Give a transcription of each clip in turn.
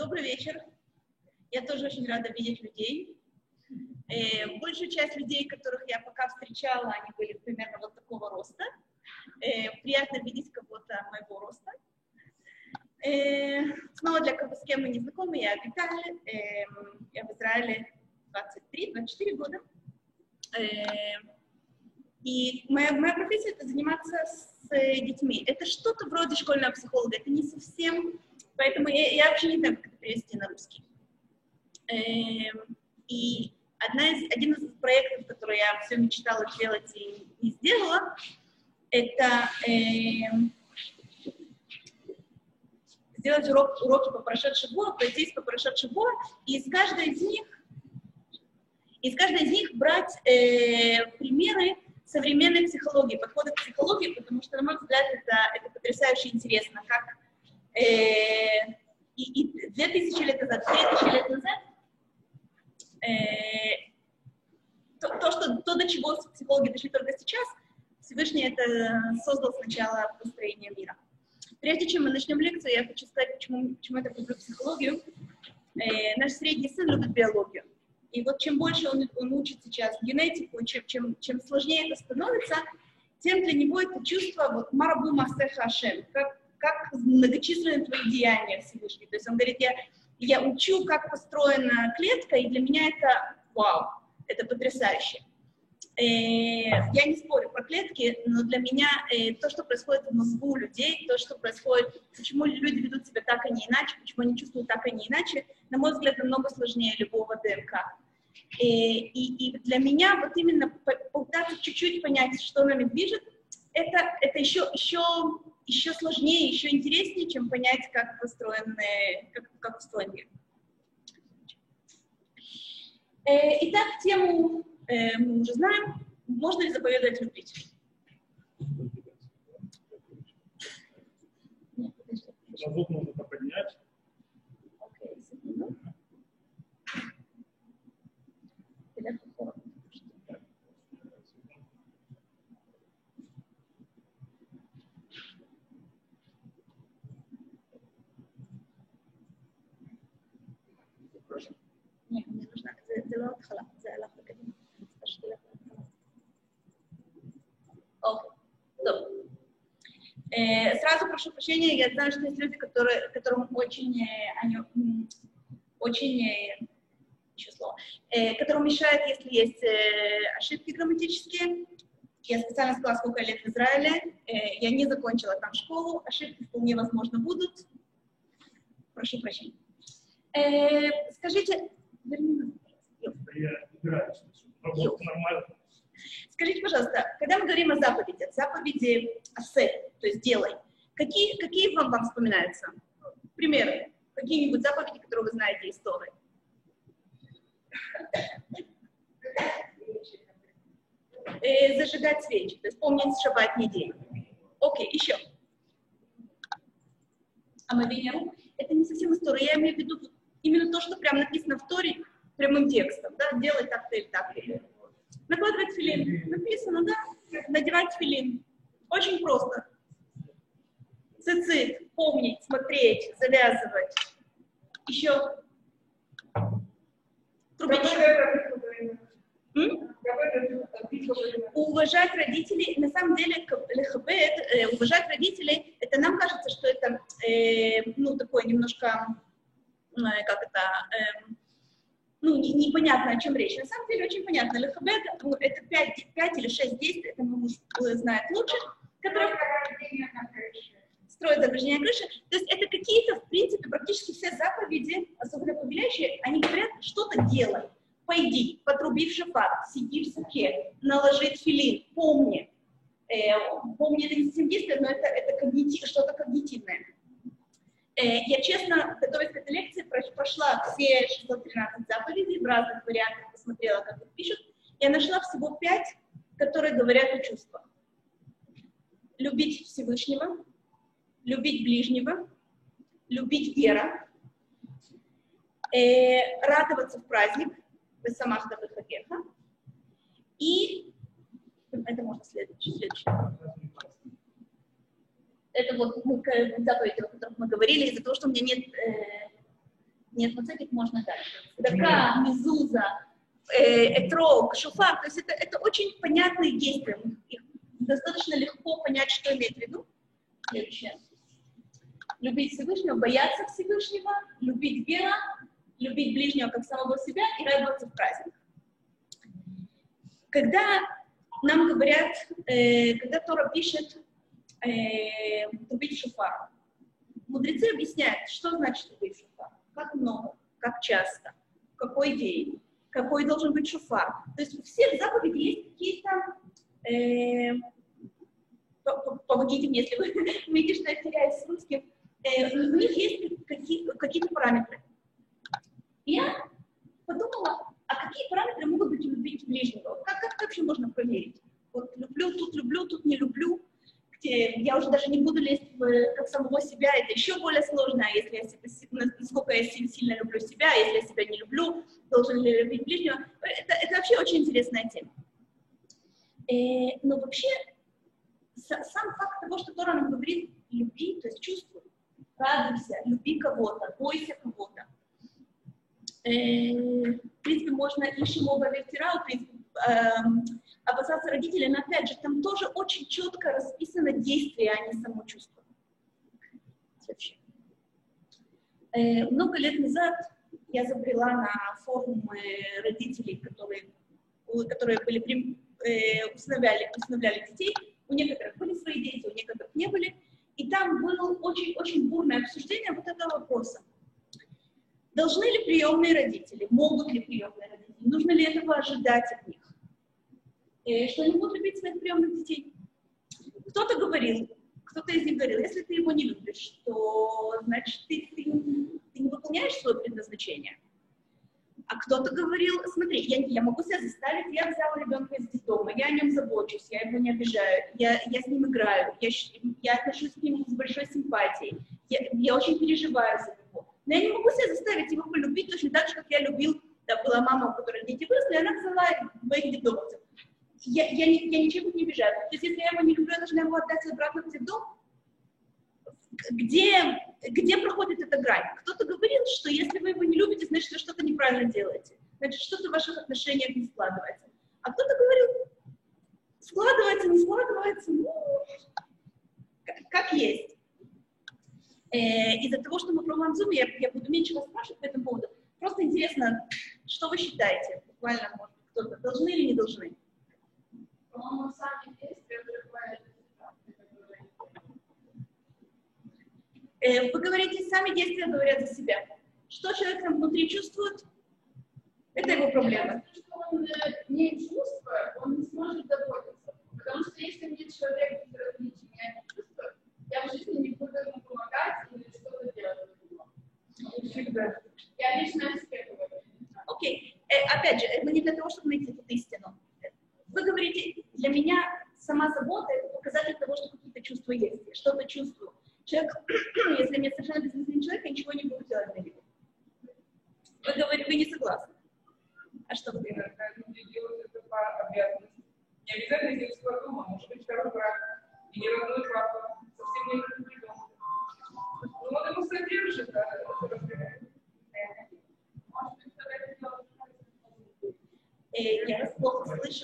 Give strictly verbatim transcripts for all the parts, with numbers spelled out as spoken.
Добрый вечер. Я тоже очень рада видеть людей. Э, большую часть людей, которых я пока встречала, они были примерно вот такого роста. Э, приятно видеть кого-то моего роста. Э, снова для кого с кем мы не знакомы, я Виталь. Э, я в Израиле двадцать три — двадцать четыре года. Э, и моя, моя профессия — это заниматься с детьми. Это что-то вроде школьного психолога, это не совсем... Поэтому я, я вообще не знаю, как это перевести на русский. Эм, и одна из, один из проектов, который я все мечтала сделать и не сделала, это эм, сделать урок, уроки по прошедшему году, пройтись по прошедшему году, и из каждой из них, из каждой из них брать э, примеры современной психологии, подхода к психологии, потому что, на мой взгляд, это, это потрясающе интересно, как э, и, и две тысячи лет назад, три тысячи лет назад, э, то, то, что, то, до чего психологи дошли только сейчас, Всевышний это создал сначала построение мира. Прежде чем мы начнем лекцию, я хочу сказать, почему, почему я так люблю психологию. Э, наш средний сын любит биологию. И вот чем больше он, он учит сейчас генетику, чем, чем, чем сложнее это становится, тем для него это чувство вот марабу масеха ашем, как, как многочисленные твои деяния Всевышний. То есть он говорит, я, я учу, как построена клетка, и для меня это вау, это потрясающе. Э, я не спорю про клетки, но для меня э, то, что происходит в мозгу людей, то, что происходит, почему люди ведут себя так, а не иначе, почему они чувствуют так, а не иначе, на мой взгляд, намного сложнее любого ДНК. И, и, и для меня вот именно попытаться чуть-чуть понять, что нами движет, это, это еще, еще, еще сложнее, еще интереснее, чем понять, как построен, как, как устроен мир. Итак, тему э, мы уже знаем. Можно ли заповедовать любить? Звук можно поднять. Окей, секунду. Нет, мне нужно. Это отхала. Э, сразу прошу прощения, я знаю, что есть люди, которые, которым очень, они, очень, еще слово, э, которым мешает, если есть э, ошибки грамматические. Я специально сказала, сколько лет в Израиле. Э, я не закончила там школу, ошибки вполне возможно будут. Прошу прощения. Э, скажите, верни Я играю, нормально. Скажите, пожалуйста, когда мы говорим о заповеди, заповеди асе, то есть делай, какие, какие вам, вам вспоминаются? Примеры. Какие-нибудь заповеди, которые вы знаете из Торы? Э, зажигать свечи, то есть помнить шаббатний день. Окей, еще. Омовение рук. Это не совсем из Торы. Я имею в виду именно то, что прям написано в Торе прямым текстом. Да? Делай так-то или так-то. Накладывать филин. Написано, да? Надевать филин. Очень просто. Цицит. Помнить, смотреть, завязывать. Еще. Трубить. Уважать родителей. На самом деле, лехабет, э, уважать родителей, это нам кажется, что это, э, ну, такое немножко, э, как это, э, ну, не, непонятно, о чем речь. На самом деле, очень понятно. Лехабет, ну, это пять, пять или шесть действий, это муж знает лучше, которые строят заграждение крыши. То есть это какие-то, в принципе, практически все заповеди, особенно повелевающие, они говорят, что-то делай. Пойди, потруби в шафар, сиди в суке, наложи тфилин, помни. Э, помни, это не совсем действие, но это, это когнитив, что-то когнитивное. Э, я, честно, готовясь к этой лекции, прошла все шестьсот тринадцать заповедей, в разных вариантах посмотрела, как их пишут. Я нашла всего пять, которые говорят о чувствах. Любить Всевышнего, любить ближнего, любить Гера, э, радоваться в праздник, Бесамахта Бехагеха. И это можно следующее. следующее. Это вот мы, заповеди, о которых мы говорили, из-за того, что у меня нет, э, Нет, мацепит можно дальше. Дака, мезуза, э, этрог, шофар. То есть это, это очень понятные действия. Их достаточно легко понять, что имеет в виду. Следующее. Любить Всевышнего, бояться Всевышнего, любить Гера, любить ближнего как самого себя и радоваться в праздник. Когда нам говорят, э, когда Тора пишет э, трубить шофар, мудрецы объясняют, что значит трубить шофар, как много, как часто, в какой день, какой должен быть шофар. То есть у всех заповедей есть какие-то, э, помогите мне, если вы видите, что я теряюсь с русским, э, у них есть какие-то, какие-то параметры. Я подумала, а какие параметры могут быть у любить ближнего? Как, как вообще можно проверить? Вот люблю, тут люблю, тут не люблю. Где я уже даже не буду лезть в как самого себя, это еще более сложно, а если я себя, насколько я сильно люблю себя, если я себя не люблю, должен ли я любить ближнего. Это, это вообще очень интересная тема. Э, но вообще, сам факт того, что Тора нам говорит люби, то есть чувствуй, радуйся, люби кого-то, бойся кого-то. Э, в принципе, можно и Шимова Вертира, в принципе, э, опасаться родителей, но опять же, там тоже очень четко расписано действие, а не само чувство. Э, много лет назад я забрела на форум э, родителей, которые, которые были, э, усыновляли, усыновляли детей. У некоторых были свои дети, у некоторых не были. И там было очень-очень бурное обсуждение вот этого вопроса. Должны ли приемные родители, могут ли приемные родители, нужно ли этого ожидать от них, э, что они будут любить своих приемных детей? Кто-то говорил, кто-то из них говорил, если ты его не любишь, то значит ты, ты, ты не выполняешь свое предназначение. А кто-то говорил, смотри, я, я могу себя заставить, я взяла ребенка из детдома, я о нем забочусь, я его не обижаю, я, я с ним играю, я, я отношусь к нему с большой симпатией, я, я очень переживаю за него. Но я не могу себя заставить его полюбить точно так же, как я любил, да, была мама, у которой дети выросли, она взяла моих детдомовцев. Я, я, я, я ничего не обижаю. То есть если я его не люблю, я должна его отдать обратно в детдом. Где, где проходит эта грань? Кто-то говорил, что если вы его не любите, значит, вы что-то неправильно делаете. Значит, что-то в ваших отношениях не складывается. А кто-то говорил, складывается, не складывается, ну, как, как есть. Э, из-за того, что мы пробуем Zoom, я, я буду меньше вас спрашивать по этому поводу. Просто интересно, что вы считаете? Буквально, может быть, кто-то должны или не должны? По-моему, сами действия закрывают. Вы говорите, сами действия говорят за себя. Что человек там внутри чувствует, это его проблема. Если он не чувствует, он не сможет заботиться. Потому что если мне человек безразличен, я не чувствую, я в жизни не буду ему помогать или что-то делать. Всегда. Я лично о себе говорю. Окей. Э, опять же, это не для того, чтобы найти эту истину. Вы говорите, для меня сама забота — это показатель того, что какие-то чувства есть. Я что-то чувствую. Человек, если мне совершенно безразличный человек, я ничего не буду делать для него. Вы говорите, вы не согласны. А что вы говорите? Люди делают это по обязанности. Не обязательно из детского дома, может быть, второй брак или родной папа, совсем не родной дом. Ну, он ему содержит, да, это разбирает. Я вас плохо слышу.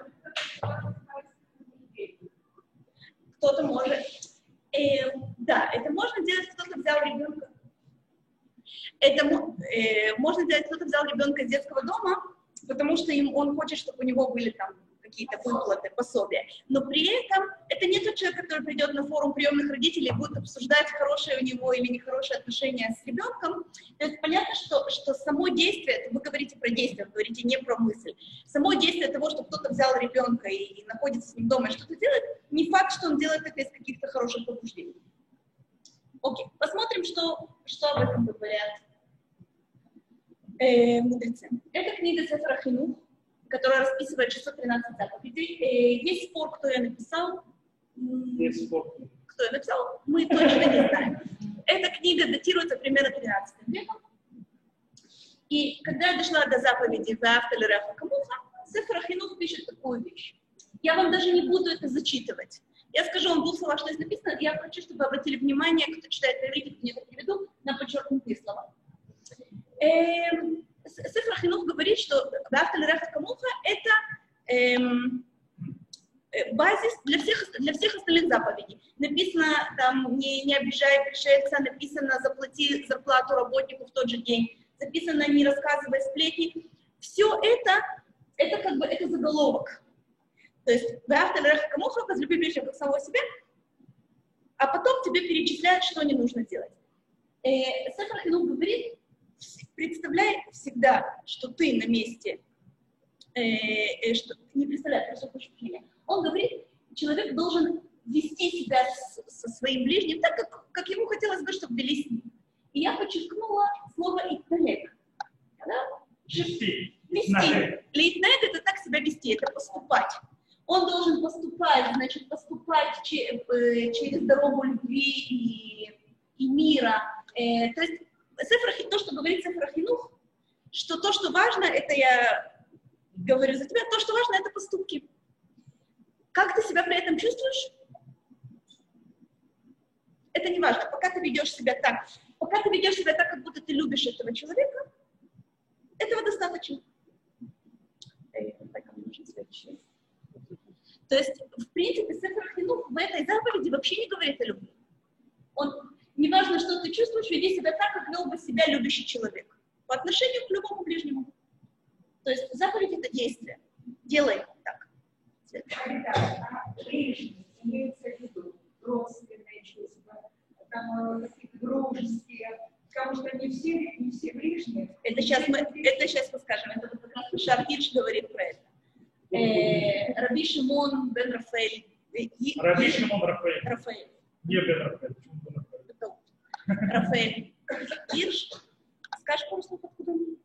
Кто-то может... Э, да, это можно делать, кто-то взял ребенка. Это э, можно делать, кто-то взял ребенка из детского дома, потому что им, он хочет, чтобы у него были там какие-то выплаты, пособия. Но при этом это не тот человек, который придет на форум приемных родителей и будет обсуждать, хорошее у него или нехорошее отношение с ребенком. То есть понятно, что, что само действие, вы говорите про действие, вы говорите не про мысль. Само действие того, что кто-то взял ребенка и, и находится с ним дома и что-то делает, не факт, что он делает это из каких-то хороших побуждений. Окей, посмотрим, что, что об этом говорят э, мудрецы. Это книга Сефер Хинух, которая расписывает шестьсот тринадцать заповедей. Э, есть спор, кто ее написал. Есть спор. Кто ее написал, мы точно не знаем. Эта книга датируется примерно тринадцатым веком. И когда я дошла до заповеди «Ве'аhavta лиреха камоха», Сефер Хинух пишет такую вещь. Я вам даже не буду это зачитывать. Я скажу вам в двух словах, что здесь написано. Я хочу, чтобы вы обратили внимание, кто читает на иврите, кто не переведу, на подчеркнутые слова. Эм, Сефер Хинух говорит, что «Ваавта лиреха камоха» — это эм, базис для всех, для всех остальных заповедей. Написано там «не, не обижай пришельца», написано «заплати зарплату работнику в тот же день», записано «не рассказывай сплетни». Все это, это как бы это заголовок. То есть «Ваавта лиреха камоха» — возлюби ближнего как самого себя, а потом тебе перечисляют, что не нужно делать. Э, Сефер Хинух говорит, представляй всегда, что ты на месте, э, э, что, не представляй, просто хочу принять. Он говорит, человек должен вести себя с, со своим ближним так, как, как ему хотелось бы, чтобы вели с ним. И я подчеркнула слово «итнег». Да? Вести. Вести. Лейтнег — это так себя вести, это поступать. Он должен поступать, значит, поступать че, э, через дорогу любви и, и мира. Э, то есть Сефер, то, что говорит Сефер Хинух, что то, что важно, это я говорю за тебя, то, что важно, это поступки. Как ты себя при этом чувствуешь? Это не важно. Пока ты ведешь себя так, пока ты ведешь себя так, как будто ты любишь этого человека, этого достаточно. То есть, в принципе, Сефер Хинух в этой заповеди вообще не говорит о любви. Он, неважно, что ты чувствуешь, веди себя так, как вел бы себя любящий человек. По отношению к любому ближнему. То есть, заповедь — это действие. Делай так. Ближние имеются в виду родственные чувства, там какие-то дружеские, потому что не все, не все ближние. Это сейчас мы, это сейчас мы скажем, это вот как раз Шар Хирш говорит про это. Э, Раби Шимон бен Рафаэль. Раби Шимон Рафаэль. Рафаэль. Не бен Рафаэль. Почему бен Рафаэль? Рафаэль Хирш. Скажешь пару слов, откуда он?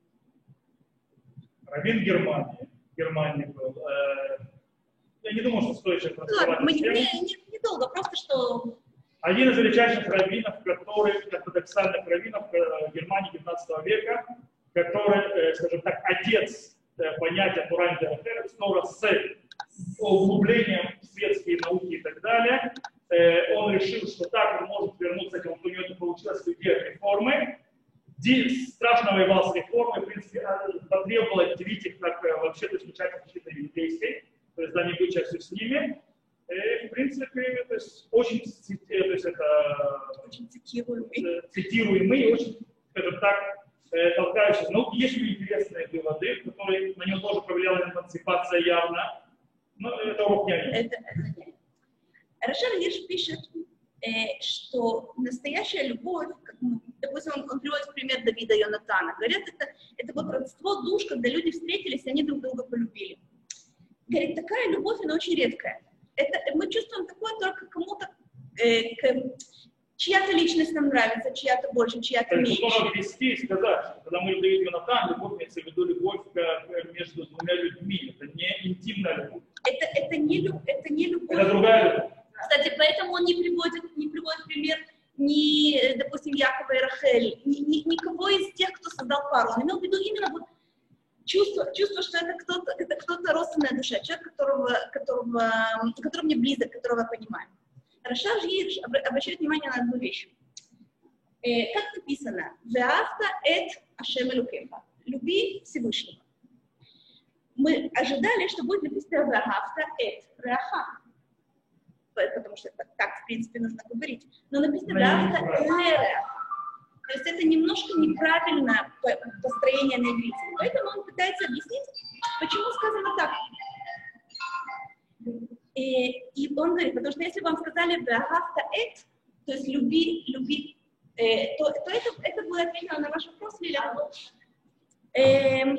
Раввин Германии. Германии был. Я не думаю, что стоит сейчас раскрывать. Ладно, мы не, не, не долго, просто что... Один из величайших раввинов, который, ортодоксальных раввинов Германии девятнадцатого века, который, скажем так, отец понятия Туран Дерахер, снова с углублением в светские науки и так далее, он решил, что так он может вернуться к тому, что у него не получилось в идее реформы. Страшно воевал с реформой, в принципе, потребовал отделить их как вообще-то исключать какие-то еврейские, то есть да, не быть частью с ними. И, в принципе, то есть, очень, то есть, это, очень цитируемый. цитируемый, очень, скажем так, толкающийся. Ну, есть интересные выводы, которые на него тоже повлияла эмансипация явно, но это урок не один. Это, это не. Рашар Хирш пишет, э, что настоящая любовь, как, допустим, он, он приводит в пример Давида и Йонатана, говорят, это, это вот родство душ, когда люди встретились, и они друг друга полюбили. Говорит, такая любовь, она очень редкая. Это, мы чувствуем такое только кому-то, э, к, чья-то личность нам нравится, чья-то больше, чья-то меньше. Нужно ввести и сказать, что когда мы даем Йонатан, любовь имеется в виду любовь между двумя людьми. Это не интимная любовь. Это, это, не, это не любовь. Это другая любовь. Кстати, поэтому он не приводит, не приводит пример ни, допустим, Якова и Рахель, ни, ни, никого из тех, кто создал пару. Он имел в виду именно вот чувство, чувство, что это кто-то, это кто-то родственная душа, человек, которого, которого, который мне близок, которого я понимаю. Рашар Хирш обращает внимание на одну вещь. Э, как написано, «Веавта эт Ашем Элокеха» — «люби Всевышнего». Мы ожидали, что будет написано «Веавта эт Реаха», потому что так, в принципе, нужно говорить. Но написано «Веавта Лереаха». То есть это немножко неправильное построение на иврите. Поэтому он пытается объяснить, почему сказано так. И, и он говорит, потому что если вам сказали «Веавта эт», то есть «люби», «люби», э, то, то это, это будет отвечено на ваш вопрос, Лиля. Э,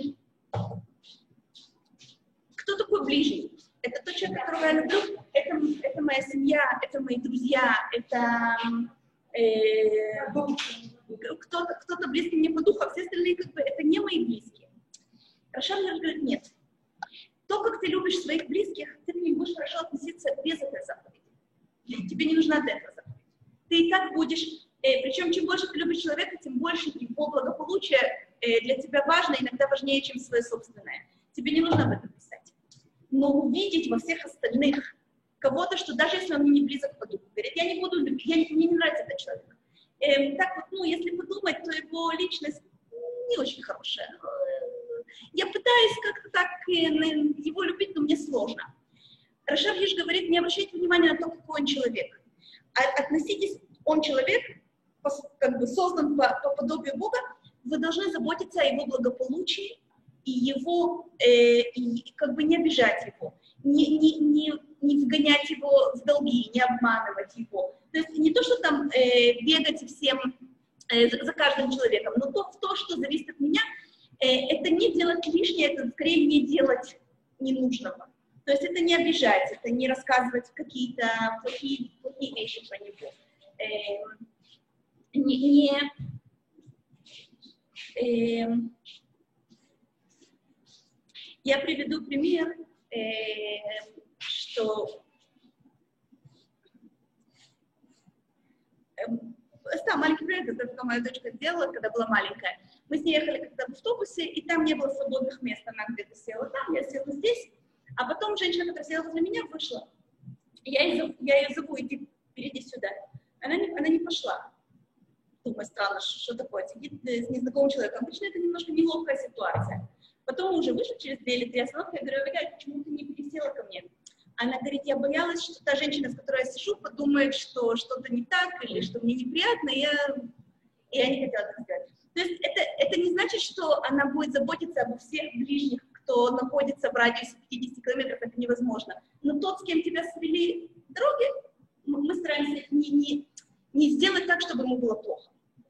кто такой ближний? Это тот человек, которого я люблю, это, это моя семья, это мои друзья, это э, кто-то, кто-то близкий мне по духу, а все остальные как бы это не мои близкие. Рашар говорит, нет. То, как ты любишь своих близких, ты к ним будешь хорошо относиться без этой заповеди. Тебе не нужна эта заповедь. Ты и так будешь, э, причем чем больше ты любишь человека, тем больше его благополучие э, для тебя важно, иногда важнее, чем свое собственное. Тебе не нужно об этом писать. Но увидеть во всех остальных кого-то, что даже если он мне не близок по духу, говорит, я не буду любить, я не, мне не нравится этот человек. Э, так вот, ну, если подумать, то его личность не очень хорошая. Я пытаюсь как-то так его любить, но мне сложно. Рашав Гиш говорит, не обращайте внимания на то, какой он человек. А относитесь, он человек, как бы создан по, по подобию Бога, вы должны заботиться о его благополучии и его, э, и как бы не обижать его, не, не, не, не вгонять его в долги, не обманывать его. То есть не то, что там э, бегать всем э, за, за каждым человеком, но то, то, что зависит от меня, э, это не делать лишнее, это скорее не делать ненужного. То есть это не обижать, это не рассказывать какие-то плохие, плохие вещи про него. Э, не, не, э, я приведу пример, э, что э, да, маленький пример, который моя дочка делала, когда была маленькая. Мы с ней ехали когда в автобусе, и там не было свободных мест, она где-то села там, я села здесь. А потом женщина, которая сидела возле меня, вышла. Я ее, я ее зову, иди, перейди сюда. Она не, она не пошла. Думаю, странно, что такое, сидит с незнакомым человеком. Обычно это немножко неловкая ситуация. Потом мы уже вышли через две или три остановки, я говорю, Авигаль, почему ты не пересела ко мне? Она говорит, я боялась, что та женщина, с которой я сижу, подумает, что что-то не так, или что мне неприятно, и я, и я не хотела так сделать. То есть это, это не значит, что она будет заботиться обо всех ближних, кто находится в радиусе пятидесяти километров, это невозможно. Но тот, с кем тебя свели дороги, мы стараемся не, не, не сделать так, чтобы ему было плохо.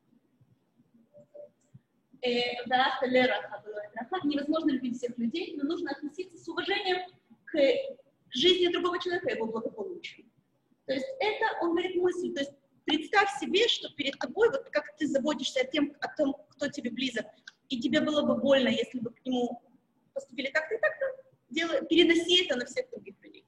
Невозможно любить всех людей, но нужно относиться с уважением к жизни другого человека и его благополучию. То есть это, он говорит, мысль, то есть представь себе, что перед тобой, вот как ты заботишься о, тем, о том, кто тебе близок, и тебе было бы больно, если бы к нему поступили так-то и так-то, делай, переноси это на всех других людей.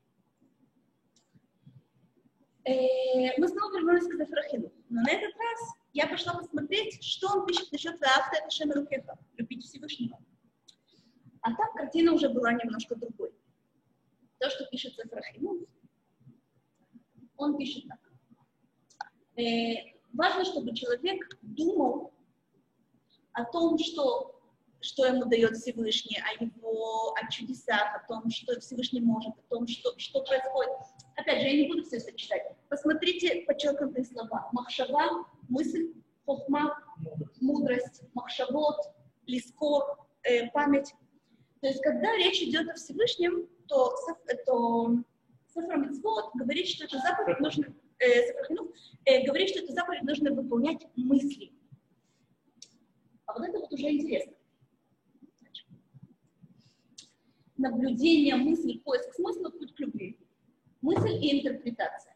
Э, мы снова вернулись к Зефрахину, но на этот раз я пошла посмотреть, что он пишет насчет «Ваавта эт Ашем элокеха» — любить Всевышнего. А там картина уже была немножко другой. То, что пишет Зефрахину, он пишет так. Э, важно, чтобы человек думал о том, что что ему дает Всевышний, о его, о чудесах, о том, что Всевышний может, о том, что, что происходит. Опять же, я не буду все это читать. Посмотрите подчеркнутые слова. Махшава, мысль, хохма, мудрость, махшавот, лиско, э, память. То есть, когда речь идет о Всевышнем, то, то Сефер Мицвот говорит, что эту заповедь нужно, э, э, говорит, что эту заповедь нужно выполнять мысли. А вот это вот уже интересно. Наблюдение, мысль, поиск смысла, путь к любви. Мысль и интерпретация.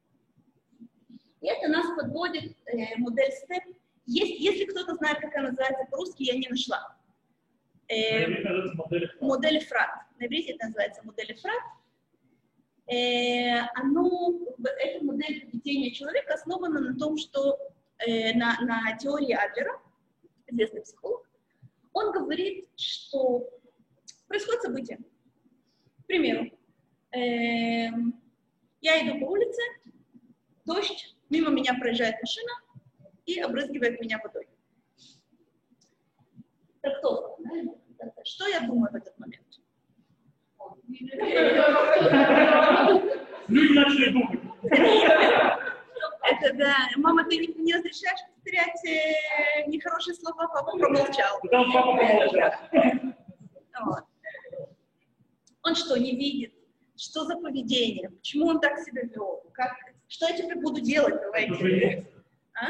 И это нас подводит э, модель степ. Есть, если кто-то знает, как она называется по-русски, я не нашла. Э, модель Фрат. На иврите это называется модель Фрат. Э, оно, эта модель поведения человека основана на том, что э, на, на теории Адлера, известный психолог, он говорит, что происходит событие. К примеру, э, я иду по улице, дождь, мимо меня проезжает машина и обрызгивает меня водой. Трактовка. Да? Что я думаю в этот момент? Люди начали думать. Это да. Мама, ты не, не разрешаешь повторять э, нехорошие слова, папа промолчал. Там папа промолчал. Вот. Он что, не видит? Что за поведение? Почему он так себя вел? Как, что я теперь буду делать? Давайте. А?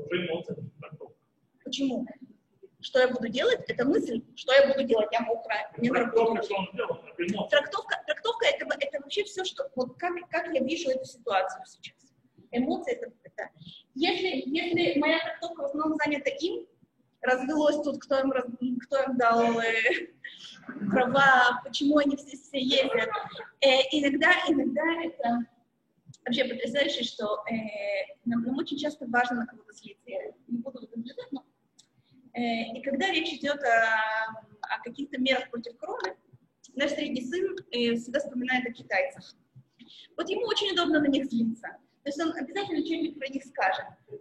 Почему? Что я буду делать? Это мысль. Что я буду делать? Я мокрая. Мне на работу. Трактовка, трактовка это, это вообще все, что вот как, как я вижу эту ситуацию сейчас. Эмоции это, это. Если, если моя трактовка в основном занята им, развелось тут, кто им, раз, кто им дал э, права, почему они все, все ездят. Э, иногда, иногда это вообще потрясающе, что э, нам, нам очень часто важно на кого-то злиться. Я не буду это наблюдать, но э, и когда речь идет о, о каких-то мерах против короны, наш средний сын э, всегда вспоминает о китайцах. Вот ему очень удобно на них злиться. То есть он обязательно что-нибудь про них скажет.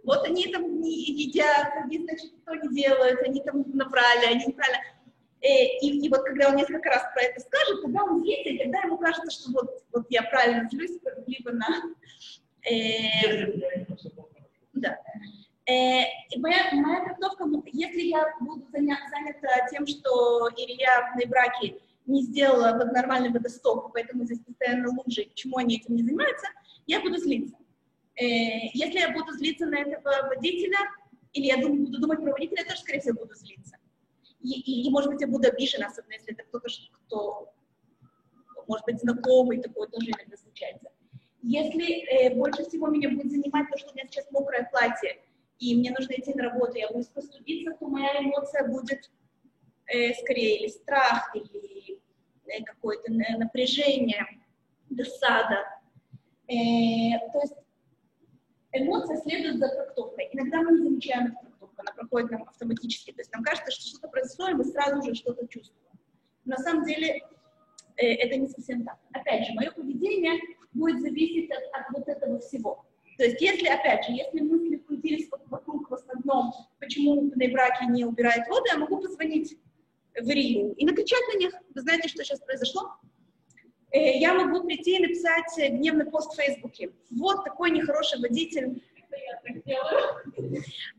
Вот они там не едят, они, значит, что не делают, они там набрали, они неправильно. И, и, и вот когда он несколько раз про это скажет, тогда он злится, и тогда ему кажется, что вот, вот я правильно злюсь, либо на... Э, да. Э, моя, моя трактовка, если я буду заня, занята тем, что Илья в браке не сделала нормальный водосток, поэтому здесь постоянно лужи, почему они этим не занимаются, я буду злиться. Э, если я буду злиться на этого водителя, или я думаю, буду думать про водителя, я тоже, скорее всего, буду злиться. И, и, и, может быть, я буду обижена, особенно если это кто-то, кто, может быть, знакомый, такое тоже иногда случается. Если э, больше всего меня будет занимать то, что у меня сейчас мокрое платье, и мне нужно идти на работу, я буду простудиться, то моя эмоция будет э, скорее или страх, или э, какое-то напряжение, досада. Э, то есть эмоция следует за трактовкой. Иногда мы не замечаем эту трактовку, она проходит нам автоматически. То есть нам кажется, что что-то произошло, и мы сразу же что-то чувствуем. На самом деле э, это не совсем так. Опять же, мое поведение будет зависеть от, от вот этого всего. То есть если, опять же, если мысли крутились вокруг в основном, почему в браке не убирает воду, я могу позвонить в Ирию и накричать на них. Вы знаете, что сейчас произошло? Я могу прийти и написать дневный пост в Фейсбуке. Вот такой нехороший водитель. Я так делаю.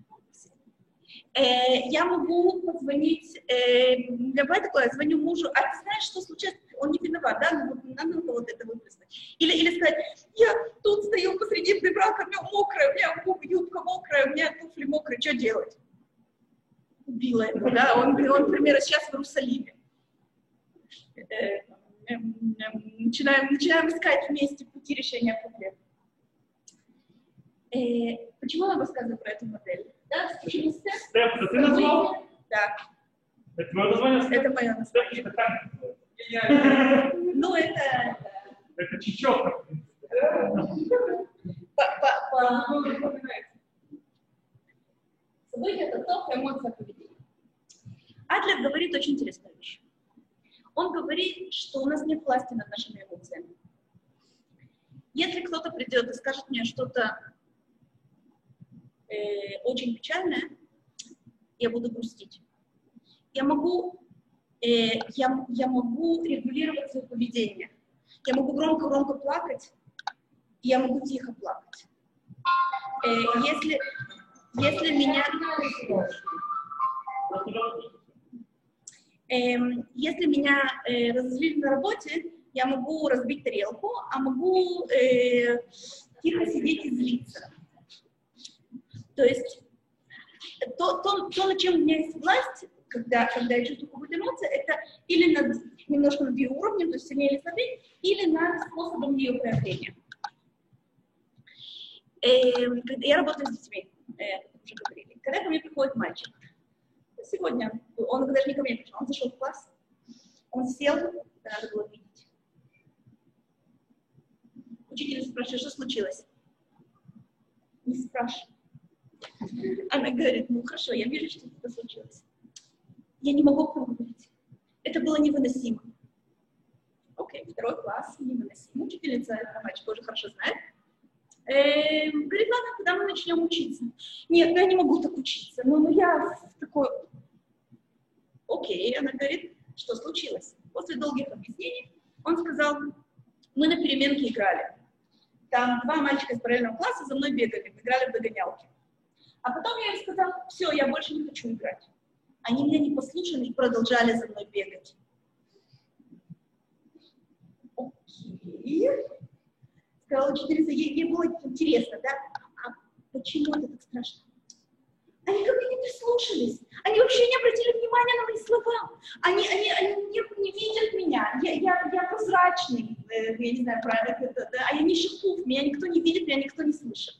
Я могу позвонить, бывает такое, я звоню мужу, а ты знаешь, что случилось? Он не виноват, да, ну, надо на вот это выплеснуть. Или, или сказать, я тут стою посреди брака, у меня мокрая, у меня юбка мокрая, у меня туфли мокрые, что делать? Убила его, да, он, он, например, сейчас в Иерусалиме. Начинаем, начинаем искать вместе пути решения проблем. Э, почему я рассказываю про эту модель? Да, степ, степ, это ты назвал? Да. Это твое название? Это мое название. Это как? Ну, это... Это чечетка. Событие — это только эмоция поведения. Адлер говорит очень интересную вещь. Он говорит, что у нас нет власти над нашими эмоциями. Если кто-то придет и скажет мне что-то э, очень печальное, я буду грустить. Я могу, э, я, я могу регулировать свое поведение. Я могу громко-громко плакать, и я могу тихо плакать. Э, если, если меня... Эм, если меня э, разозлили на работе, я могу разбить тарелку, а могу э, тихо сидеть и злиться. То есть то, то, то, на чем у меня есть власть, когда, когда я чувствую какую-то эмоцию, это или над, немножко над ее уровнем, то есть сильнее или слабее, или над способом ее проявления. Эм, я работаю с детьми, э, как уже говорили. Когда ко мне приходит мальчик, сегодня, он даже не ко мне пришел, он зашел в класс, он сел, надо было видеть. Учительница спрашивает, что случилось? Не спрашивай. Она говорит, ну хорошо, я вижу, что это случилось. Я не могу поговорить. Это было невыносимо. Окей, второй класс, невыносимо. Учительница, эта мальчик уже хорошо знает. Эм, говорит, ладно, когда мы начнем учиться? Нет, ну я не могу так учиться. Ну, ну я такой... Окей, она говорит, что случилось? После долгих объяснений он сказал, мы на переменке играли. Там два мальчика из параллельного класса за мной бегали, играли в догонялки. А потом я им сказал, все, я больше не хочу играть. Они меня не послушали и продолжали за мной бегать. Окей. Сказала учительница, ей, ей было интересно, да? А почему это так страшно? Они ко мне не прислушались. Они вообще не обратили внимания на мои слова. Они, они, они не, не видят меня. Я, я, я прозрачный, э, я не знаю, правильно это, да? А я не шипух, меня никто не видит, меня никто не слышит.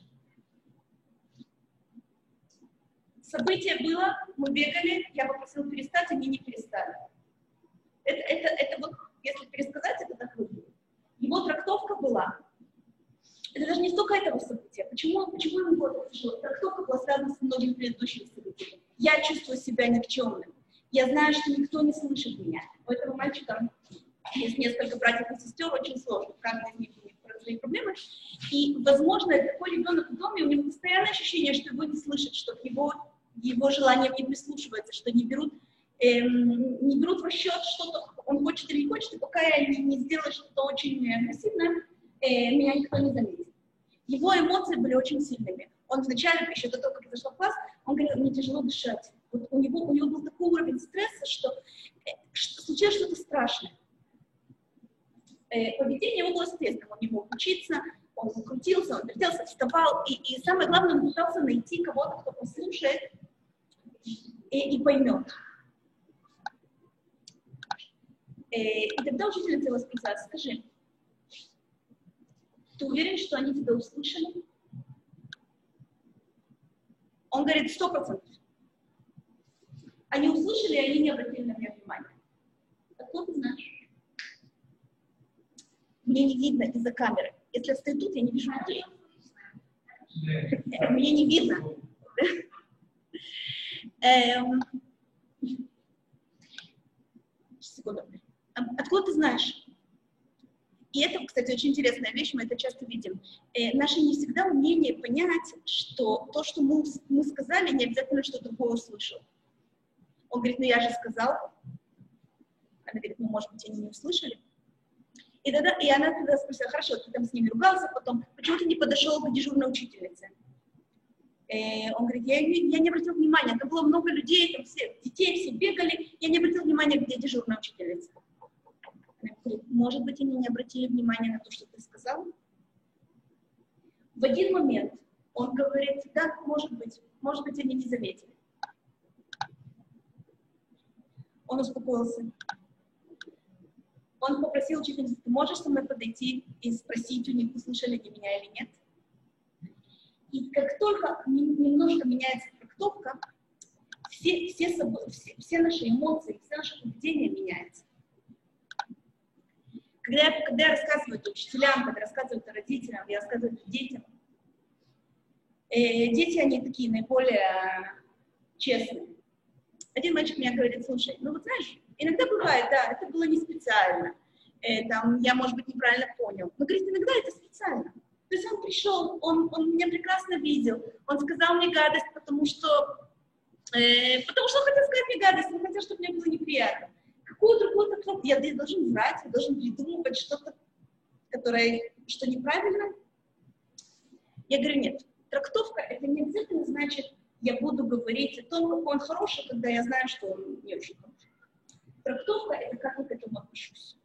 Событие было, мы бегали, я попросила перестать, они не перестали. Это, это, это вот, если пересказать, это так выглядит. Его трактовка была. Это даже не столько этого события. Почему, почему ему было так тяжело? Трактовка была связана с многими предыдущими событиями. Я чувствую себя никчемным. Я знаю, что никто не слышит меня. У этого мальчика есть несколько братьев и сестер, очень сложно. Каждый из них свои проблемы. И, возможно, такой ребенок в доме, у него постоянное ощущение, что его не слышат, что к его, его желаниям не прислушиваются, что не берут, эм, не берут в расчет что-то, он хочет или не хочет, и пока я не, не сделаю что-то очень агрессивное, э, меня никто не заметит. Его эмоции были очень сильными. Он вначале, еще до того, как я зашла в класс, он говорил, мне тяжело дышать. Вот у него, у него был такой уровень стресса, что, что случилось что-то страшное. Э, поведение его было соответственно, он не мог учиться, он крутился, он вертелся, вставал, и, и самое главное, он пытался найти кого-то, кто послушает и, и поймет. Э, и тогда учительница его спросила, скажи, ты уверен, что они тебя услышали? Он говорит, сто процентов. Они услышали, и они не обратили на меня внимания. Откуда ты знаешь? Мне не видно из-за камеры. Если я стою тут, я не вижу людей. Мне не видно. Секунду. Откуда ты знаешь? И это, кстати, очень интересная вещь, мы это часто видим. Э, наше не всегда умение понять, что то, что мы, мы сказали, не обязательно, что другой услышал. Он говорит, ну я же сказал. Она говорит, ну, может быть, они не услышали. И, тогда, и она тогда спросила, хорошо, ты там с ними ругался потом, почему ты не подошел к дежурной учительнице? Э, он говорит, я, я не обратил внимания, там было много людей, там все, детей все бегали, я не обратил внимания, где дежурная учительница. Может быть, они не обратили внимания на то, что ты сказал? В один момент он говорит, да, может быть, может быть, они не заметили. Он успокоился. Он попросил учительницу, ты можешь со мной подойти и спросить у них, услышали они меня или нет? И как только немножко меняется трактовка, все, все, все, все наши эмоции, все наше поведение меняется. Когда я, когда я рассказываю это учителям, когда я рассказываю это родителям, я рассказываю это детям, э, дети, они такие наиболее честные. Один мальчик мне говорит, слушай, ну вот знаешь, иногда бывает, да, это было не специально, э, там, я, может быть, неправильно понял, но, говорит, иногда это специально. То есть он пришел, он, он меня прекрасно видел, он сказал мне гадость, потому что, э, потому что он хотел сказать мне гадость, он хотел, чтобы мне было неприятно. Какую другую трактовку? Я, я должен врать, я должен придумывать что-то, которое, что неправильно. Я говорю, нет, трактовка это не обязательно значит, я буду говорить о том, какой он хороший, когда я знаю, что он не очень хороший. Трактовка это как я к этому отношусь.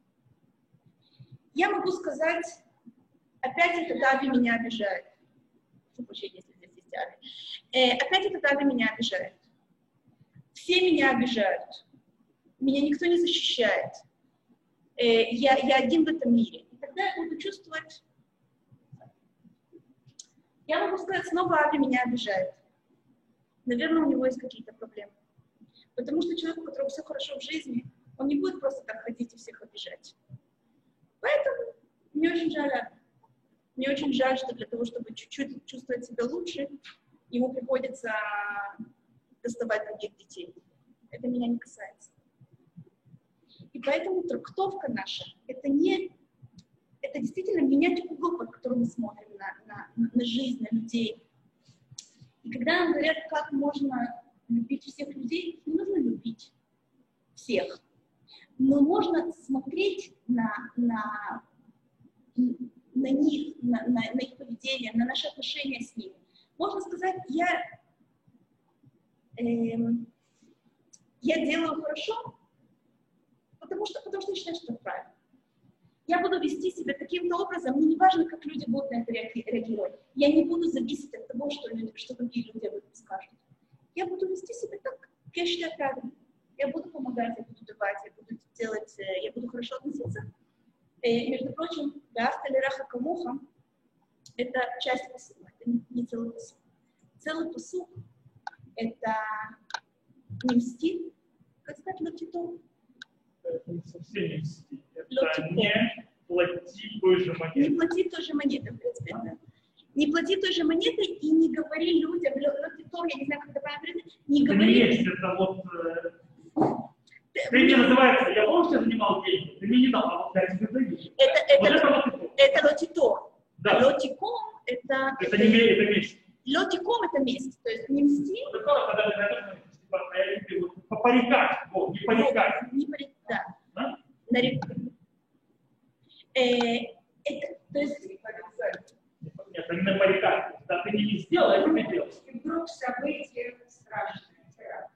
Я могу сказать, опять этот Ави меня обижает. Прошу прощения, если здесь есть Ави. Э, опять этот Ави меня обижает. Все меня обижают. Меня никто не защищает. Э, я, я один в этом мире. И тогда я буду чувствовать... Я могу сказать, снова Ави меня обижает. Наверное, у него есть какие-то проблемы. Потому что человек, у которого все хорошо в жизни, он не будет просто так ходить и всех обижать. Поэтому мне очень жаль Ави. Мне очень жаль, что для того, чтобы чуть-чуть чувствовать себя лучше, ему приходится доставать других детей. Это меня не касается. И поэтому трактовка наша, это не, это действительно менять угол, под которым мы смотрим на, на, на жизнь, на людей. И когда нам говорят, как можно любить всех людей, не нужно любить всех. Но можно смотреть на, на, на них, на, на, на их поведение, на наши отношения с ними. Можно сказать, я, э, я делаю хорошо, Потому что, потому что я считаю, что это правильно. Я буду вести себя таким-то образом, мне не важно, как люди будут на это реагировать. Я не буду зависеть от того, что, люди, что другие люди об этом скажут. Я буду вести себя так, как я считаю правильно. Я буду помогать, я буду давать, я буду делать, я буду хорошо относиться. И, между прочим, «Веафта лираха камоха» — это часть посука, это не целый посук. Целый посук — это не мсти, как сказать, лотитон. Это не совсем не мсти. Это не плати той же монеты. Не плати той же монеты, в принципе, да. Не плати той же монеты и не говори людям, лотитон, я не знаю, как это правильно говорить, не это говори... Не есть, это вот... Ты мне называется, я помню, что я занимал деньги, ты мне не дал, а вот я тебе даю. Это, это, вот это, это, вот это лотито. Да. А лотиком это... Это не месть, это месть. Лотиком это месть. То есть не мсти. Попарикать, не порекать. Не порекать, да. Да? Нарекать. Э, это, то есть... Нет, это не порекать. Да, ты не сделал, а ты делал. И вдруг событие страшное, теракт.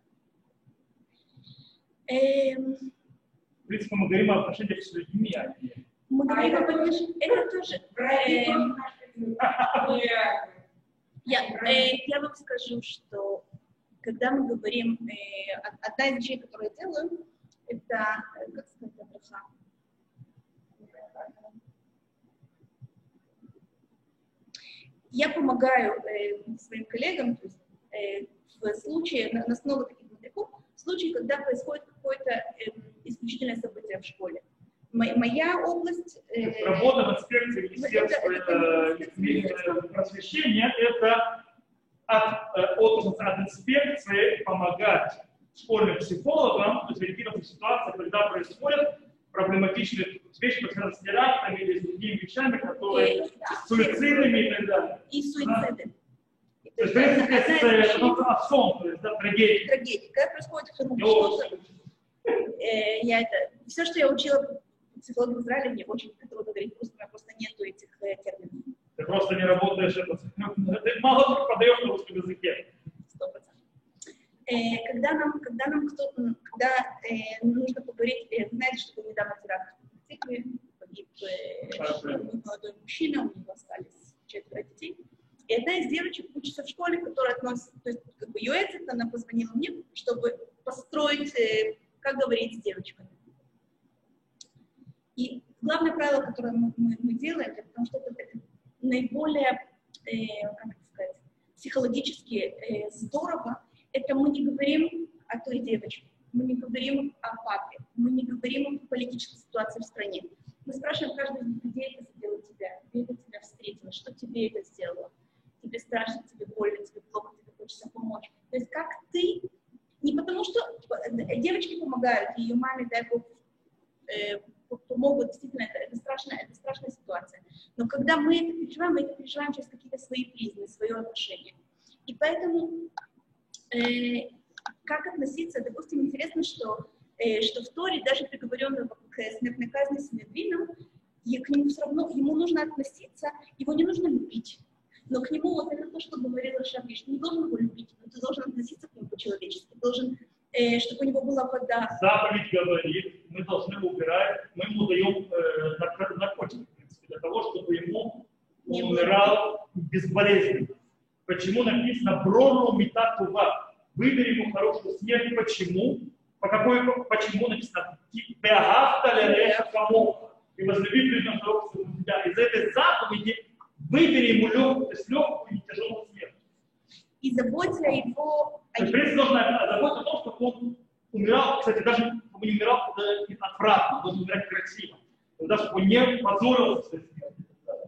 Эм, В принципе, мы говорим о отношениях с людьми, а не... мы А говорим это об отношениях. Это тоже... эм, Я, э, я вам скажу, что когда мы говорим, э, одна из вещей, которую я делаю, это, э, как сказать, браха. Я помогаю э, своим коллегам, то есть, э, в случае, на, на основе таких материков, в случае, когда происходит какое-то э, исключительное событие в школе. Моя, моя область... Э, Работа в инспекции Министерства просвещения – это от, от, от инспекции помогать школьным психологам реагировать в ситуации, когда происходят проблематичные вещи, связанные с терактами или с другими вещами, которые э, с суицидами и так далее. И суициды. То есть, в принципе, это сон, то есть, да, трагедия. Трагедия. Когда происходит что-то, э, я это, все, что я учила психологи в Израиле, мне очень трудно говорить, просто у меня просто нету этих э, терминов. Ты просто не работаешь, это, ты мало преподаешь на русском языке. Сто процентов. Э, когда нам, когда нам кто-то, когда э, нужно поговорить, э, знаете, что был недавно теракт в церкви, погиб э, молодой мужчина, у него остались четверо детей. И одна из девочек учится в школе, которая относится, то есть как бы юэцит, она позвонила мне, чтобы построить, э, как говорить с девочками. И главное правило, которое мы, мы, мы делаем, это потому что это, это наиболее, э, как сказать, психологически э, здорово, это мы не говорим о той девочке, мы не говорим о папе, мы не говорим о политической ситуации в стране. Мы спрашиваем каждого из них, где это задело тебя, где это тебя встретило, что тебе это сделало. Тебе страшно, тебе больно, тебе плохо, тебе хочется помочь. То есть как ты, не потому что девочки помогают, ее маме, дай Бог, э, помогут, действительно, это, это, страшная, это страшная ситуация. Но когда мы это переживаем, мы это переживаем через какие-то свои признаки, свое отношение. И поэтому, э, как относиться, допустим, интересно, что, э, что в Торе, даже приговоренного к смертной казни Синедрином, к нему все равно, ему нужно относиться, его не нужно любить. Но к нему, вот это то, что говорил Рашабиш, ты не должен его любить, но ты должен относиться к нему по-человечески, ты должен, э, чтобы у него была вода. Заповедь говорит, мы должны убирать, мы ему даем э, наркотики, в принципе, для того, чтобы ему он умирал безболезненно. Почему написано «брону митатува»? Выбери ему хорошую смерть. Почему? По какой, почему написано «беагавта лереха камоха» и возлюби ближнего своего себя. Из этой заповеди выбери ему легкую, легкую и тяжелую смерть. И заботься о его... То есть, в принципе, нужно заботиться о том, чтобы он умирал, кстати, даже чтобы не умирал отвратно, он должен умирать красиво. Даже чтобы он не позорился своей смертью.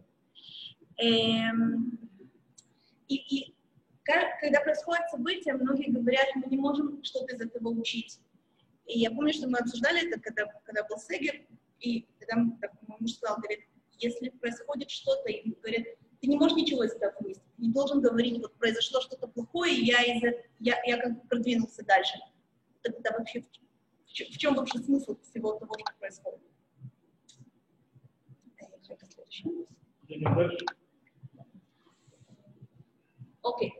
Эм, и, и когда происходит событие, многие говорят, мы не можем что-то из этого учить. И я помню, что мы обсуждали это, когда, когда был Сегер, и когда мой муж сказал, говорит, если происходит что-то, и говорит, ты не можешь ничего из этого вынести, ты не должен говорить, вот произошло что-то плохое, и я, из я, я как бы продвинулся дальше. Тогда вообще, в чем, в чем вообще смысл всего того, что происходит? Окей.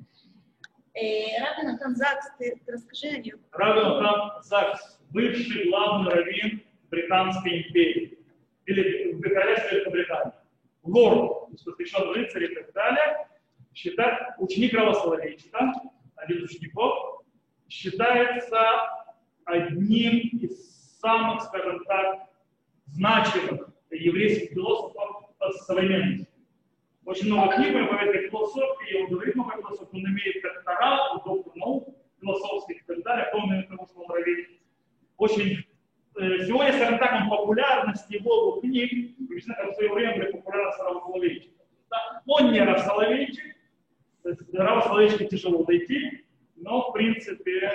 Раби Натан Закс, ты, ты расскажи о нем. Раби Натан Закс, бывший главный раввин Британской империи, или в Королевской Великобритании, лорд, посвящен рыцарю и так далее, считает, ученик Рава Соловейчика, один из учеников, считается одним из самых, скажем так, значимых еврейских философов современности. Очень много книг он говорит о философии, он говорит много о философии, он имеет докторат, доктор наук философских и так далее, кроме того, что он раввин. Очень, э, сегодня, скажем так, он популярность его книг, как в свое время были популярность Рава Соловейчика. Да? Он не Рав Соловейчик, то есть до Рава Соловейчика тяжело дойти, но, в принципе,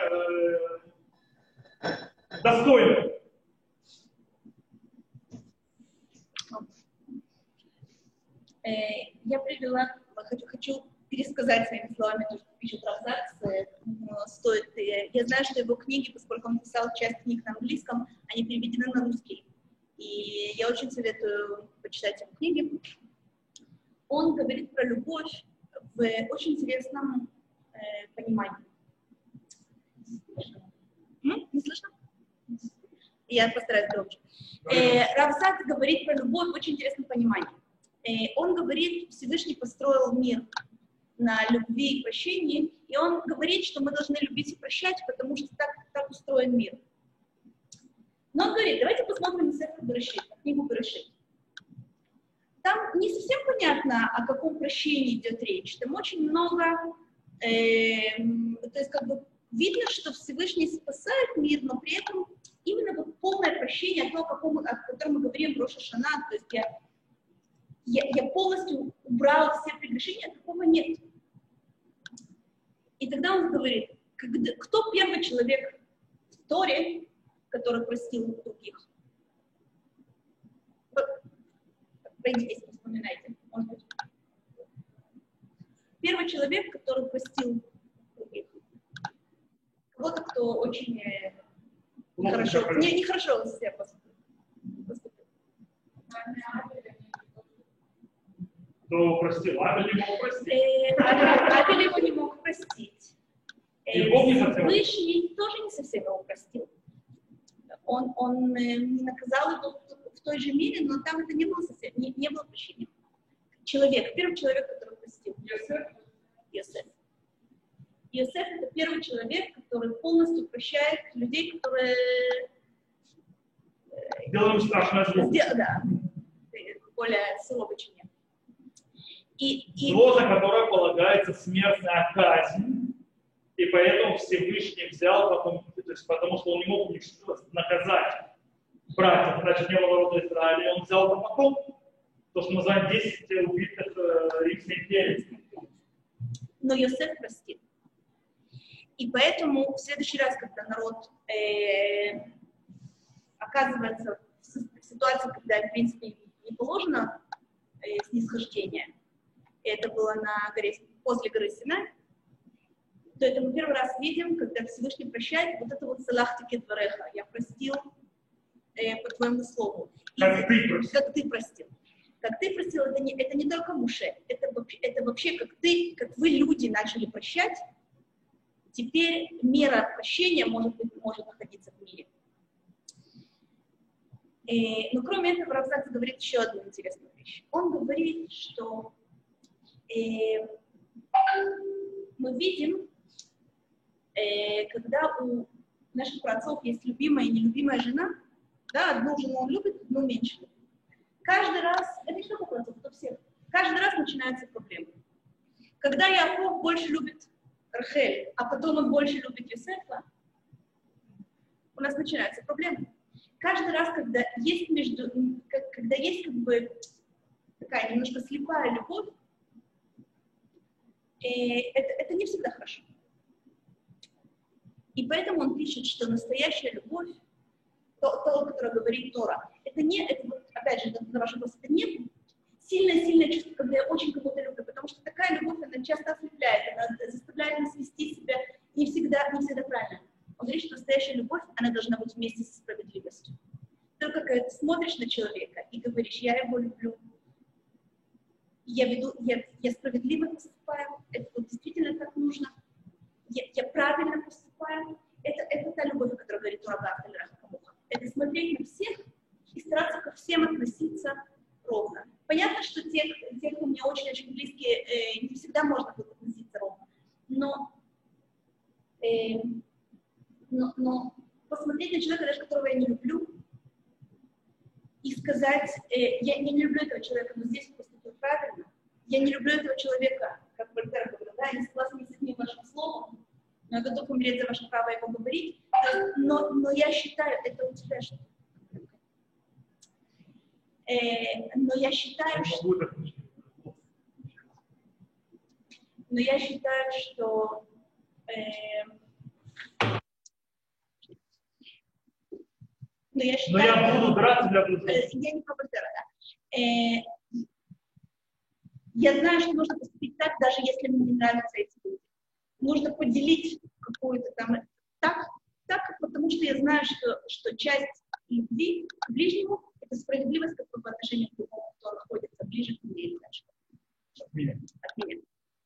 э, достойно. Э, я привела, хочу, хочу пересказать своими словами то, что пишет Равзац, э, стоит. Э, я знаю, что его книги, поскольку он писал часть книг на английском, они переведены на русский. И я очень советую почитать его книги. Он говорит про любовь в очень интересном э, понимании. М? Не слышно? Я постараюсь громче. Э, Равзац говорит про любовь в очень интересном понимании. Э, он говорит, Всевышний построил мир на любви и прощении, и он говорит, что мы должны любить и прощать, потому что так, так устроен мир. Но он говорит, давайте посмотрим на Сефер Берешит, на книгу Берешит. Там не совсем понятно, о каком прощении идет речь. Там очень много, э, то есть как бы видно, что Всевышний спасает мир, но при этом именно вот полное прощение, то, о, каком, о котором мы говорим в Рош ха-Шана, то есть я, я, я полностью убрал все прегрешения, такого нет. И тогда он говорит, когда, кто первый человек в Торе, который простил других? Пройдитесь, вспоминайте. Может быть. Первый человек, который простил других. Кого-то, кто очень э, нехорошо, не, нехорошо себя поступил. Кто простил? Авель не мог простить. Э, Авель его не мог простить. Э, Всевышний тоже не совсем его простил. Он, он э, не наказал его в той же мере, но там это не было совсем, не, не было прощения. Человек, первый человек, который простил. Йосеф. Йосеф. Йосеф — это первый человек, который полностью прощает людей, которые... Делаем страшное зло. Да, более сурово, чем я. И, и... Зло, за которое полагается смертная казнь, и поэтому Всевышний взял, потом, то есть, потому что он не мог наказать братьев, значит, не было народа Израиля, он взял это потом, то, что мы называем десять убитых э, Римской империи. Но Йосеф простил. И поэтому в следующий раз, когда народ э, оказывается в ситуации, когда, в принципе, не положено э, снисхождение, это было на горе, после горы Синай, то это мы первый раз видим, когда Всевышний прощает вот это вот «Салахтики двореха», я простил э, по твоему слову. И как ты простил. Как ты простил. Как ты простил, это не, это не только Муше, это, это вообще как ты, как вы, люди, начали прощать, теперь мера прощения может, быть, может находиться в мире. Э, но кроме этого, Равзац говорит еще одну интересную вещь. Он говорит, что э, мы видим, э, когда у наших праотцов есть любимая и нелюбимая жена, да, одну жену он любит, одну меньше любит. Каждый раз, это не только праотцов, это всех, каждый раз начинаются проблемы. Когда Яаков больше любит Рахель, а потом он больше любит Йосефа, у нас начинаются проблемы. Каждый раз, когда есть между, когда есть как бы такая немножко слепая любовь, э, это, это не всегда хорошо. И поэтому он пишет, что настоящая любовь, то, то, о котором говорит Тора, это не, это, опять же, на ваш вопрос, это не сильное-сильное чувство, когда я очень кого-то люблю, потому что такая любовь, она часто ослепляет, она заставляет нас вести себя не всегда, не всегда правильно. Он говорит, что настоящая любовь, она должна быть вместе со справедливостью. Только когда ты смотришь на человека и говоришь, я его люблю, я, веду, я, я справедливо поступаю, это вот действительно так нужно, я, я правильно поступаю, это, это та любовь, о которой говорит Тора. Это смотреть на всех и стараться ко всем относиться ровно. Понятно, что те, те кто мне очень-очень близкие, э, не всегда можно будет относиться ровно, но, э, но, но посмотреть на человека, даже которого я не люблю, и сказать, э, я, я не люблю этого человека, но здесь поступил правильно, я не люблю этого человека, как Вольтер говорил, да, я не согласна с этим вашим словом, но я готов умереть за ваше право его говорить, но, но я считаю, это у тебя что? Э, но я считаю, что... Но я считаю, что... Э, но я считаю... Но я буду драться для друзей. Э, я не про Вольтера, да. Э, Я знаю, что нужно поступить так, даже если мне не нравятся эти люди. Нужно поделить какую-то там так, так, потому что я знаю, что, что часть любви к ближнему — это справедливость как бы по отношению к другому, кто находится ближе к мне или дальше. От меня. От меня.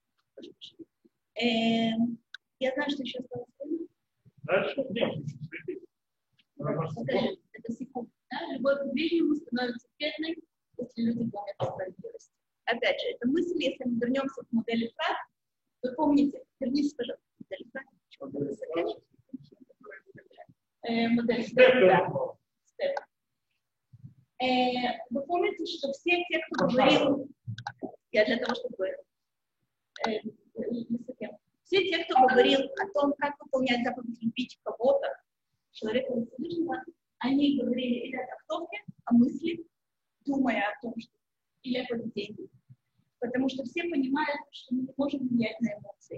Э, я знаю, что еще осталось время. Дальше? Нет. Скажи, это секунда. Да? Любовь к ближнему становится бедной, если люди помнят о справедливости. Опять же, это мысль, если мы вернемся к модели Фрат, вы помните, вернитесь, пожалуйста, к модели Фрат. Чего было сокращать? Э, модель Степа. Степа. Э, вы помните, что все те, кто говорил, я для того, чтобы э, все те, кто говорил о том, как выполнять заповедь любить кого-то, человека несовершенного, они говорили или о трактовке, о мысли, думая о том, что или о поведении. Потому что все понимают, что мы не можем влиять на эмоции.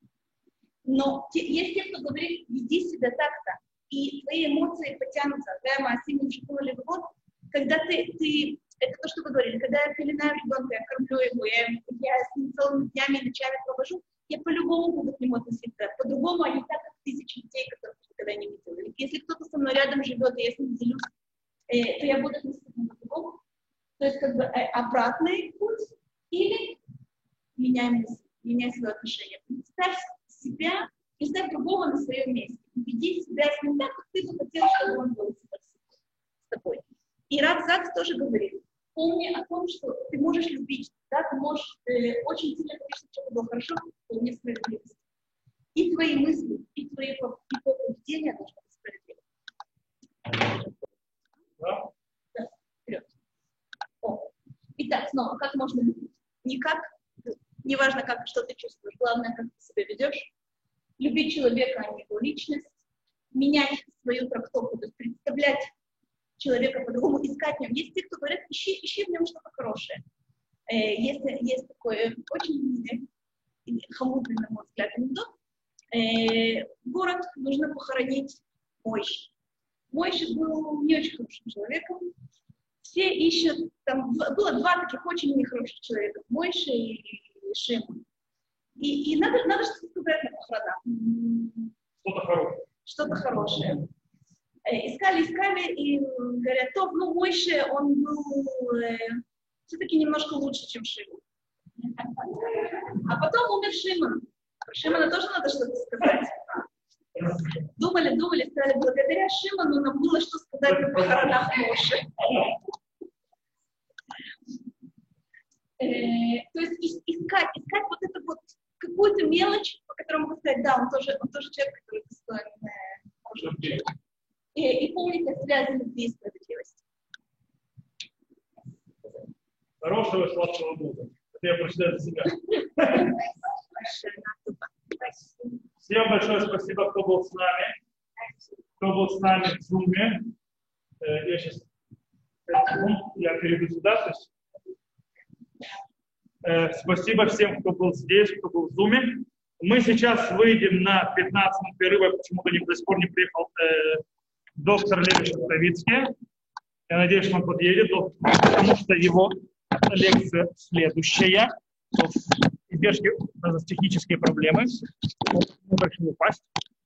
Но те, есть те, кто говорит, веди себя так-то, и твои эмоции потянутся. Прямо осенним школе вот, когда ты, ты, это то, что вы говорили, когда я пеленаю ребенка, я кормлю его, я, я с ним целыми днями и ночами провожу, я по-любому буду к нему относиться. По-другому, а не так, как тысячи детей, которых я никогда не видела. Если кто-то со мной рядом живет, и я с ним делюсь, э, то я буду относиться к нему по-другому. То есть как бы э, обратный путь или меняй мысль, меняй свое отношение. Представь себя, представь другого на своем месте. Веди себя с ним так, как ты бы хотел, чтобы он был с тобой. И Рав Закс тоже говорит, помни о том, что ты можешь любить, да, ты можешь э, очень сильно хотеть, чтобы человеку было хорошо, вполне справедливость. И твои мысли, и твои и поведение должны быть справедливы. Да? Да, вперед. О. Итак, снова, как можно любить? Никак, неважно, как, что ты чувствуешь, главное, как ты себя ведешь. Любить человека, а не его личность. Менять свою трактовку, то есть представлять человека по-другому, искать в нем. Есть те, кто говорят, ищи, ищи в нем что-то хорошее. Э, есть, есть такой очень хамудный, на мой взгляд, анекдот. Э, город нужно похоронить Мойши. Мойши был не очень хорошим человеком. Все ищут, там было два таких очень нехороших человека, Мойши и Шимон. И, и надо, надо что-то сказать на похоронах. Что-то хорошее. Что-то хорошее. Искали, искали, и говорят, топ, ну, Мойше, он был э, все-таки немножко лучше, чем Шимон. А потом умер Шимон. Про Шимона тоже надо что-то сказать. Думали, думали, сказали, благодаря Шимону нам было что сказать на похоронах Мойше. Э, то есть искать, искать вот эту вот какую-то мелочь, по которой могу сказать, да, он тоже, он тоже человек, который достоин э, И, и помнить о связи любви и справедливости. Хорошего и сладкого Бога. Это я прочитаю за себя. Всем большое спасибо, кто был с нами. Кто был с нами в Зуме. Я сейчас я перейду сюда. То есть, э, спасибо всем, кто был здесь, кто был в Зуме. Мы сейчас выйдем на пятнадцать минут перерыва, почему-то до сих пор не приехал э, доктор Леви Шостовицкий. Я надеюсь, что он подъедет, потому что его лекция следующая. Издержки, технические проблемы. Мы решили упасть.